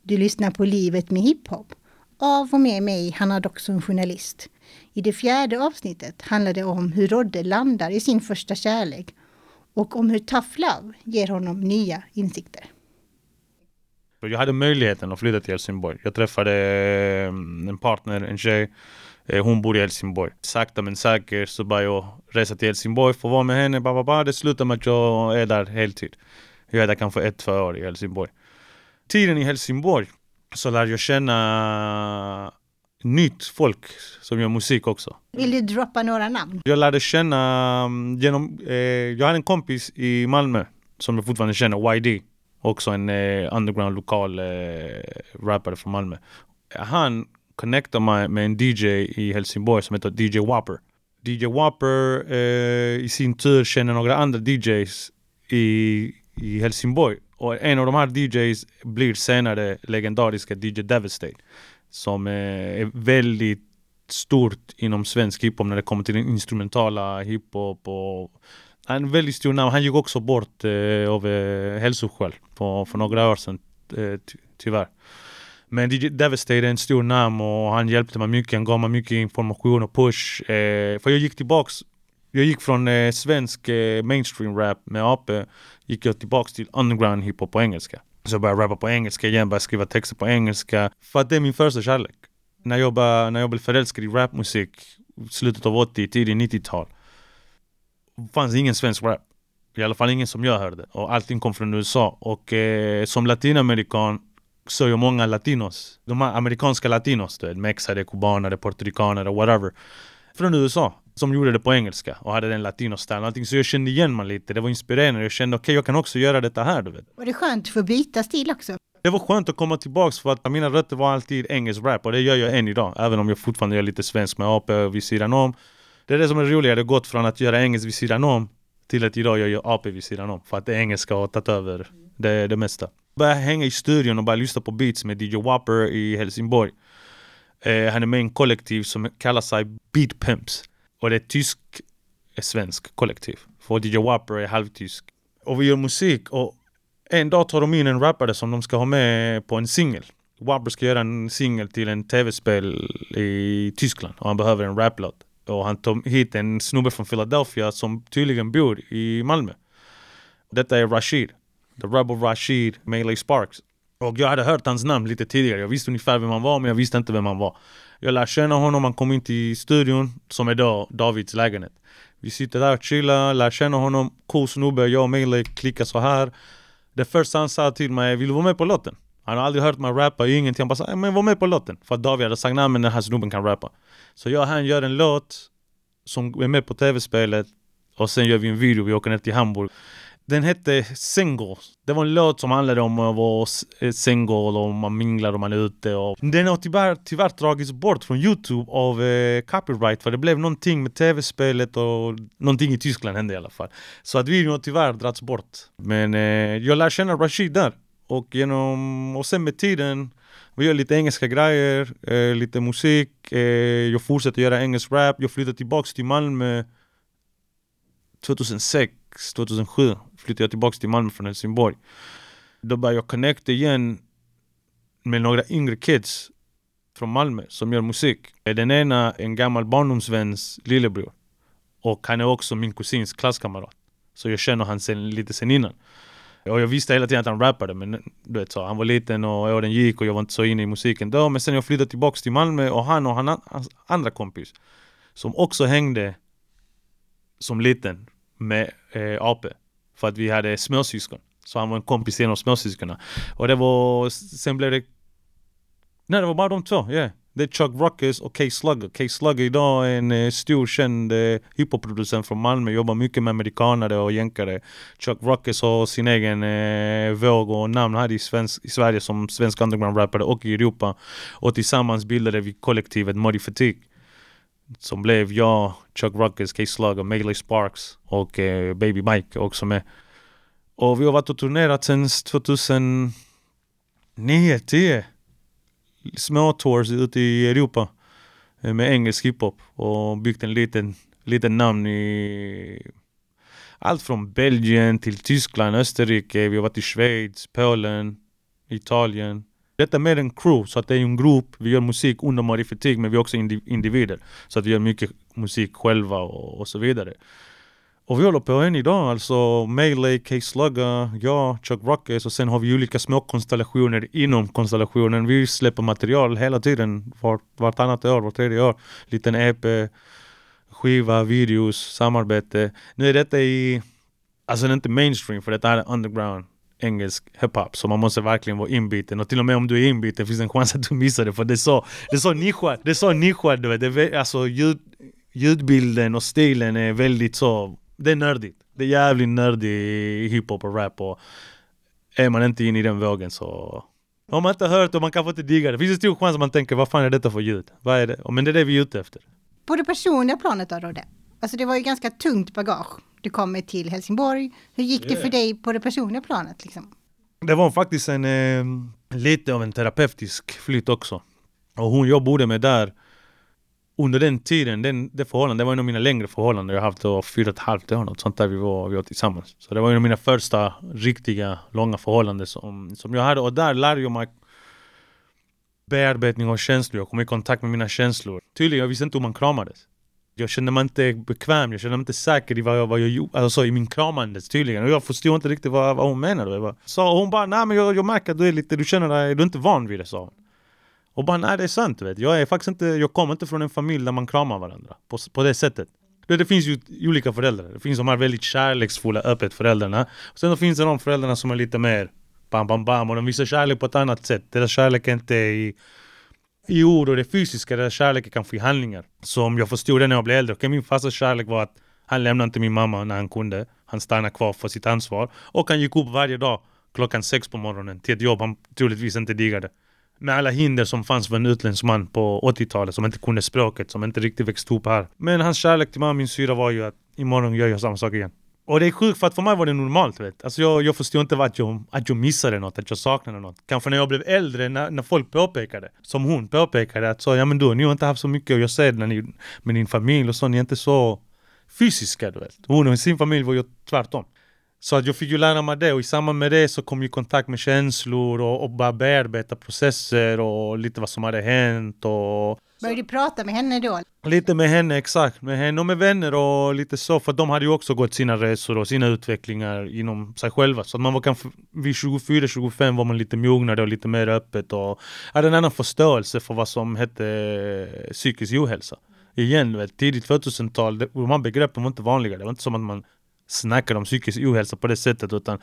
Du lyssnar på Livet med hiphop. Av och med mig, Hanna Dock, som journalist. I det 4:e avsnittet handlar det om hur Rodde landar i sin första kärlek och om hur tough love ger honom nya insikter. Jag hade möjligheten att flytta till Helsingborg. Jag träffade en partner, en tjej. Hon bor i Helsingborg. Sakta men säkert så började jag resa till Helsingborg för att vara med henne. Det slutar med att jag är där heltid. Jag är där kanske 1-2 år i Helsingborg. Tiden i Helsingborg så lär jag känna nytt folk som gör musik också. Vill du droppa några namn? Jag lärde känna genom... jag hade en kompis i Malmö som jag fortfarande känner, YD. Också en underground lokal rappare från Malmö. Han connectade mig med en DJ i Helsingborg som heter DJ Whopper. DJ Whopper i sin tur känner några andra DJs i Helsingborg. Och en av de här DJs blir senare legendariska DJ Devastate. Som är väldigt stort inom svensk hiphop när det kommer till den instrumentala hiphop. Och han är en väldigt stor namn. Han gick också bort av hälsoskäl för några år sedan, tyvärr. Men DJ Devastate är en stor namn och han hjälpte mig mycket. Han gav mig mycket information och push. För jag gick från svensk mainstream rap med AP. Gick jag tillbaka till underground hiphop på engelska. Så jag började rappa på engelska igen, började skriva texter på engelska. För att det är min första kärlek. När jag blev förälskad i rapmusik, slutet av 80, tidigt 90-tal. Fanns ingen svensk rap. I alla fall ingen som jag hörde. Och allting kom från USA. Och som latinamerikan så är ju många latinos. De här amerikanska latinos, mexare, kubanare, portorikanare, whatever. Från USA. Som gjorde det på engelska. Och hade den latino-stilen. Så jag kände igen mig lite. Det var inspirerande. Jag kände okej, jag kan också göra detta här, du vet. Var det skönt att få byta stil också? Det var skönt att komma tillbaka för att mina rötter var alltid engelsk rap. Och det gör jag än idag. Även om jag fortfarande gör lite svensk med AP vid sidan om. Det är det som är roligt. Jag hade gått från att göra engelsk vid sidan om till att idag jag gör AP vid sidan om. För att det engelska har tagit över det mesta. Jag började hänga i studion och bara lyssna på beats med DJ Whopper i Helsingborg. Han är med i en kollektiv som kallar sig Beat Pimps. Och det är svensk kollektiv. För DJ Whopper är halvtysk. Och vi gör musik och en dag tar de in en rappare som de ska ha med på en singel. Whopper ska göra en singel till en tv-spel i Tyskland och han behöver en raplåt. Och han tog hit en snubbe från Philadelphia som tydligen bor i Malmö. Detta är Rashid. The Rebel Rashid, Melee Sparks. Och jag hade hört hans namn lite tidigare. Jag visste ungefär vem han var, men jag visste inte vem han var. Jag lärde känna honom, han kom in till studion, som är då Davids lägenhet. Vi sitter där och chillar, lär känna honom. Cool snubbe, jag och Melee klickar så här. Det första han sa till mig, vill du vara med på låten? Han har aldrig hört mig rappa, ingenting. Han bara sa, men var med på låten. För att David hade sagt, nej men den här snubben kan rappa. Så jag och han gör en låt som är med på tv-spelet. Och sen gör vi en video, vi åker ner till Hamburg. Den hette Single. Det var en låt som handlade om att vara single och man minglar och man är ute. Och den har tyvärr dragits bort från YouTube av copyright. För det blev någonting med tv-spelet och någonting i Tyskland hände i alla fall. Så att videon har tyvärr dragits bort. Men jag lär känna Rashid där. Och sen med tiden, vi gör lite engelska grejer, lite musik. Jag fortsätter göra engelsk rap. Jag flyttade tillbaka till Malmö 2007 flyttade jag tillbaka till Malmö från Helsingborg. Då började jag connecta igen med några yngre kids från Malmö som gör musik. Den ena är en gammal barndomsväns lillebror. Och han är också min kusins klasskamrat. Så jag känner han lite sen innan. Och jag visste hela tiden att han rappade, men du vet så, han var liten och åren gick och jag var inte så inne i musiken då. Men sen jag flyttade tillbaka till Malmö och hans andra kompis som också hängde som liten med AP. För att vi hade småsyskon. Så han var en kompis till en av småsyskonen. Och det var, sen blev det, nej det var bara de två, yeah. Det är Chuck Ruckus och K-Slugger. K-Slugger idag är en stor känd hiphop-producent från Malmö. Jobbar mycket med amerikanare och jänkare. Chuck Ruckus har sin egen våg och namn här i Sverige som svensk underground-rappare och i Europa. Och tillsammans bildade vi kollektivet Muddy Fatigue. Som blev jag, Chuck Ruckus, K-Slugger, Melee Sparks och Baby Mike också med. Och vi har varit och turnerat sedan 2009-10. Små tours ute i Europa med engelsk hiphop och byggt en liten namn i allt från Belgien till Tyskland, Österrike. Vi har varit i Schweiz, Polen, Italien, Detta är mer en crew, så att det är en grupp. Vi gör musik under Marifetik, men vi är också individer. Så att vi gör mycket musik själva och så vidare. Och vi håller på än idag, alltså Melee, K-Slugga, jag, Chuck Rockets, och sen har vi olika små konstellationer inom konstellationen. Vi släpper material hela tiden, vartannat år, var tredje år. Liten EP, skiva, videos, samarbete. Nu är detta alltså det är inte mainstream, för detta är underground engelsk hiphop, så man måste verkligen vara inbiten, och till och med om du är inbiten finns en chans att du missar det, för det är så nischat, du vet. Alltså ljudbilden och stilen är väldigt så, det är nördigt. Det är jävligt nördig hiphop och rap, och är man inte inne i den vågen så har man inte hört, och man kan få inte digga det. Det finns en stor chans att man tänker, vad fan är detta för ljud? Vad är det? Men det är det vi är ute efter. På det personliga planet då, Rodde? Alltså det var ju ganska tungt bagage. Du kommer till Helsingborg. Hur gick det för dig på det personliga planet liksom? Det var faktiskt lite av en terapeutisk flytt också. Och jag bodde med där under den tiden, det förhållandet, det var en av mina längre förhållanden. Jag har haft 4,5 år, något sånt där vi var tillsammans. Så det var en av mina första riktiga, långa förhållanden som jag hade. Och där lärde jag mig bearbetning av känslor. Jag kom i kontakt med mina känslor. Tydligen, jag visste inte hur man kramades. Jag kände mig inte bekväm, jag kände mig inte säker i vad jag gjorde, alltså i min kramandes tydligen. Och jag förstod inte riktigt vad hon menade. Så hon bara, nej men jag märker att du känner dig, du är inte van vid det, sa hon. Och bara, nej det är sant, vet. Jag kommer inte från en familj där man kramar varandra på det sättet. Det finns ju olika föräldrar. Det finns de här väldigt kärleksfulla, öppet föräldrarna. Och sen finns det de föräldrarna som är lite mer bam bam bam, och de visar kärlek på ett annat sätt. Deras kärlek är inte i ord och det fysiska, där kärleken kan få i handlingar. Så om jag förstod det när jag blev äldre. Min farsa kärlek var att han lämnade inte min mamma när han kunde. Han stannade kvar för sitt ansvar. Och han gick upp varje dag 6:00 på morgonen till ett jobb han troligtvis inte diggade. Med alla hinder som fanns för en utländsk man på 80-talet som inte kunde språket, som inte riktigt växte upp här. Men hans kärlek till mamma och min syra var ju att imorgon gör jag samma sak igen. Och det är sjukt, för att för mig var det normalt, vet. Alltså jag förstod inte att jag missade något, att jag saknade något. Kanske när jag blev äldre, när folk påpekade, som hon påpekade, att så, ja men ni har inte haft så mycket att jag ser när ni med din familj och så, ni är inte så fysiska, du vet. Hon och sin familj var ju tvärtom. Så att jag fick ju lära mig det, och i samband med det så kom jag i kontakt med känslor och bara bearbeta processer och lite vad som hade hänt. Och började du prata med henne då? Lite med henne, exakt. Med henne och med vänner och lite så. För de hade ju också gått sina resor och sina utvecklingar inom sig själva. Så att man var kanske vid 24-25 var man lite mognare och lite mer öppet. Och hade en annan förståelse för vad som hette psykisk ohälsa. Igen, tidigt 2000-tal, de här begreppen var inte vanliga. Det var inte som att man snackade om psykisk ohälsa på det sättet. Utan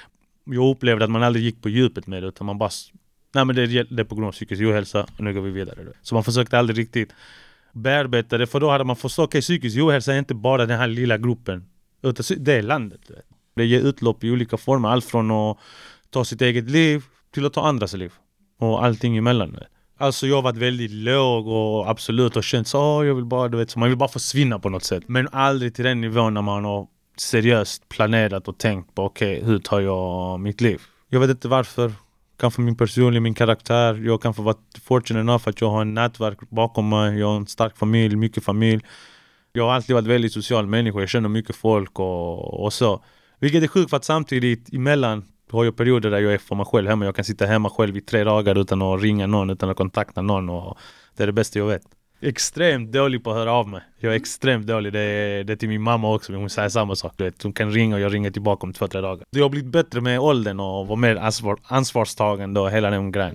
jag upplevde att man aldrig gick på djupet med det. Utan man bara, nej men det är på grund av psykisk ohälsa och nu går vi vidare. Så man försökte aldrig riktigt bearbeta det, för då hade man förstått att psykisk ohälsa är inte bara den här lilla gruppen, utan det är landet. Det ger utlopp i olika former, allt från att ta sitt eget liv till att ta andras liv och allting emellan. Alltså jag har varit väldigt låg och absolut och känt så jag vill bara, du vet, så man vill bara försvinna på något sätt, men aldrig till den nivån när man har seriöst planerat och tänkt på okej, hur tar jag mitt liv? Jag vet inte varför. Kanske min personlighet, min karaktär. Jag kan få vara fortunate enough att jag har en nätverk bakom mig. Jag har en stark familj, mycket familj. Jag har alltid varit väldigt social människa. Jag känner mycket folk och så. Vilket är sjukt, för att samtidigt emellan har jag perioder där jag är för mig själv hemma. Jag kan sitta hemma själv i 3 dagar utan att ringa någon, utan att kontakta någon. Och det är det bästa jag vet. Extremt dålig på att höra av mig. Jag är extremt dålig. Det är till min mamma också. Hon säger samma sak. Hon kan ringa och jag ringer tillbaka om 2-3 dagar. Jag har blivit bättre med åldern och var mer ansvarstagande och hela den grejen.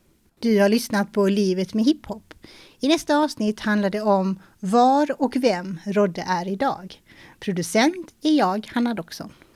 Du har lyssnat på Livet med hiphop. I nästa avsnitt handlar det om var och vem Rodde är idag. Producent är jag, Hanna Doxon.